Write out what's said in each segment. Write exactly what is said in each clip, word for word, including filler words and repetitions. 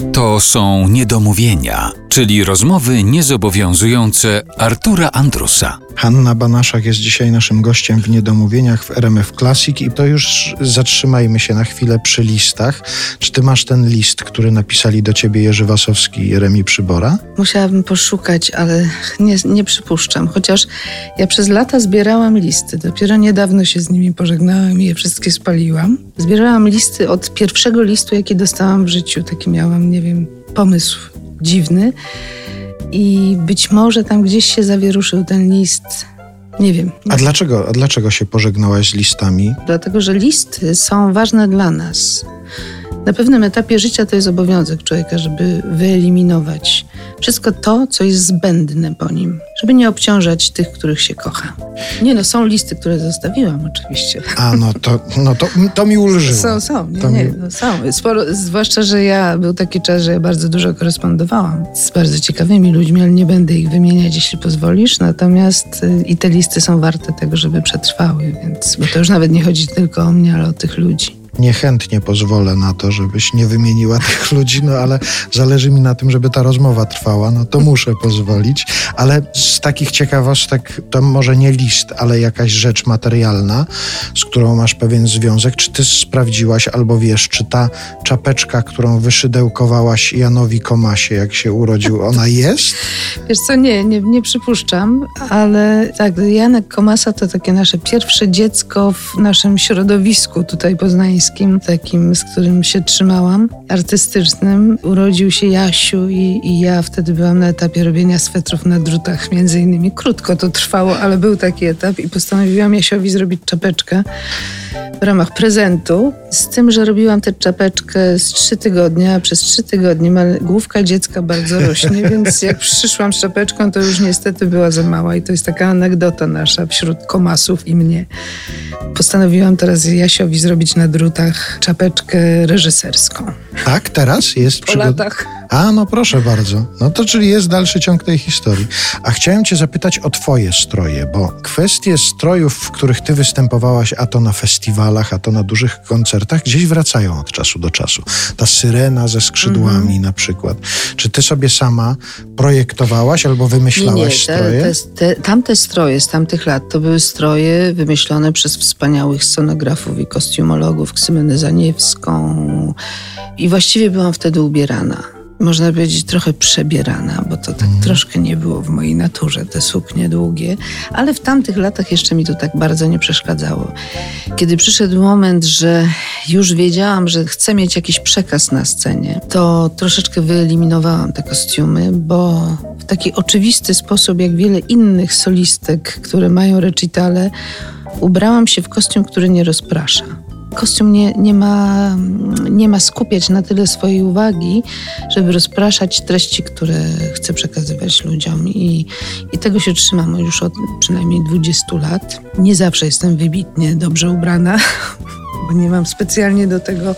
To są niedomówienia, czyli rozmowy niezobowiązujące Artura Andrusa. Hanna Banaszak jest dzisiaj naszym gościem w Niedomówieniach w R M F Classic i to już zatrzymajmy się na chwilę przy listach. Czy ty masz ten list, który napisali do ciebie Jerzy Wasowski i Jeremi Przybora? Musiałabym poszukać, ale nie, nie przypuszczam. Chociaż ja przez lata zbierałam listy. Dopiero niedawno się z nimi pożegnałam i je wszystkie spaliłam. Zbierałam listy od pierwszego listu, jaki dostałam w życiu. Taki miałam, nie wiem, pomysł dziwny. I być może tam gdzieś się zawieruszył ten list. Nie wiem. Nie A wiem. dlaczego, a dlaczego się pożegnałaś z listami? Dlatego, że listy są ważne dla nas. Na pewnym etapie życia to jest obowiązek człowieka, żeby wyeliminować wszystko to, co jest zbędne po nim, żeby nie obciążać tych, których się kocha. Nie no, są listy, które zostawiłam oczywiście. A no to, no to, to mi ulżyło. Są, są, nie, To nie, mi- no są. Sporo, zwłaszcza, że ja, był taki czas, że ja bardzo dużo korespondowałam z bardzo ciekawymi ludźmi, ale nie będę ich wymieniać, jeśli pozwolisz. Natomiast y, i te listy są warte tego, żeby przetrwały, więc, bo to już nawet nie chodzi tylko o mnie, ale o tych ludzi. Niechętnie pozwolę na to, żebyś nie wymieniła tych ludzi, no ale zależy mi na tym, żeby ta rozmowa trwała, no to muszę pozwolić. Ale z takich ciekawostek, to może nie list, ale jakaś rzecz materialna, z którą masz pewien związek. Czy ty sprawdziłaś albo wiesz, czy ta czapeczka, którą wyszydełkowałaś Janowi Komasie, jak się urodził, ona jest? Wiesz co, nie, nie, nie przypuszczam, ale tak, Janek Komasa to takie nasze pierwsze dziecko w naszym środowisku tutaj poznańskim, takim, z którym się trzymałam, artystycznym. Urodził się Jasiu i, i ja wtedy byłam na etapie robienia swetrów na drutach między innymi. Krótko to trwało, ale był taki etap i postanowiłam Jasiowi zrobić czapeczkę w ramach prezentu, z tym, że robiłam tę czapeczkę z trzy tygodnie, a przez trzy tygodnie mal- główka dziecka bardzo rośnie, więc jak przyszłam z czapeczką, to już niestety była za mała i to jest taka anegdota nasza wśród Komasów i mnie. Postanowiłam teraz Jasiowi zrobić na drutach czapeczkę reżyserską. Tak, teraz jest Po przygod- latach. A, no proszę bardzo. No to czyli jest dalszy ciąg tej historii. A chciałem cię zapytać o twoje stroje, bo kwestie strojów, w których ty występowałaś, a to na festiwalach, a to na dużych koncertach, gdzieś wracają od czasu do czasu. Ta syrena ze skrzydłami Mhm. na przykład. Czy ty sobie sama projektowałaś albo wymyślałaś nie, nie, stroje? te, te, te, tamte stroje z tamtych lat to były stroje wymyślone przez wspaniałych scenografów i kostiumologów, Ksymynę Zaniewską i właściwie byłam wtedy ubierana. Można powiedzieć trochę przebierana, bo to tak Mhm. troszkę nie było w mojej naturze, te suknie długie, ale w tamtych latach jeszcze mi to tak bardzo nie przeszkadzało. Kiedy przyszedł moment, że już wiedziałam, że chcę mieć jakiś przekaz na scenie, to troszeczkę wyeliminowałam te kostiumy, bo w taki oczywisty sposób, jak wiele innych solistek, które mają recitale, ubrałam się w kostium, który nie rozprasza. Kostium nie, nie, ma, nie ma skupiać na tyle swojej uwagi, żeby rozpraszać treści, które chcę przekazywać ludziom. I, i tego się trzymam już od przynajmniej dwudziestu lat. Nie zawsze jestem wybitnie dobrze ubrana, bo nie mam specjalnie do tego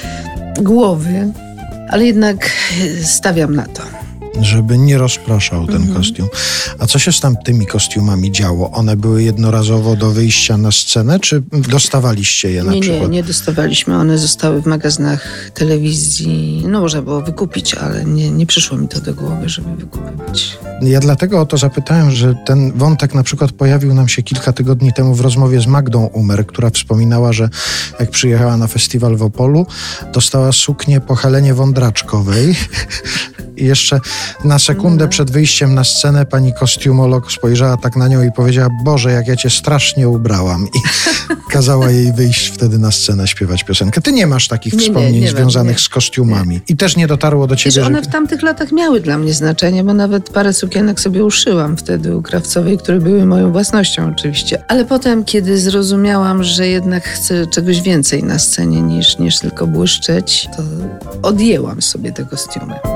głowy, ale jednak stawiam na to. Żeby nie rozpraszał ten Mhm. kostium. A co się z tamtymi kostiumami działo? One były jednorazowo do wyjścia na scenę, czy dostawaliście je na Nie, nie, przykład? nie dostawaliśmy. One zostały w magazynach telewizji. No można było wykupić, ale nie, nie przyszło mi to do głowy, żeby wykupywać. Ja dlatego o to zapytałem, że ten wątek na przykład pojawił nam się kilka tygodni temu w rozmowie z Magdą Umer, która wspominała, że jak przyjechała na festiwal w Opolu, dostała suknię po Helenie Wądraczkowej. I jeszcze na sekundę przed wyjściem na scenę pani kostiumolog spojrzała tak na nią i powiedziała: Boże, jak ja cię strasznie ubrałam. I kazała jej wyjść wtedy na scenę, śpiewać piosenkę. Ty nie masz takich Nie, nie, wspomnień nie mam, związanych nie. z kostiumami. I też nie dotarło do ciebie, Wiesz, one że... w tamtych latach miały dla mnie znaczenie, bo nawet parę sukienek sobie uszyłam wtedy u Krawcowej, które były moją własnością oczywiście. Ale potem, kiedy zrozumiałam, że jednak chcę czegoś więcej na scenie niż, niż tylko błyszczeć, to odjęłam sobie te kostiumy.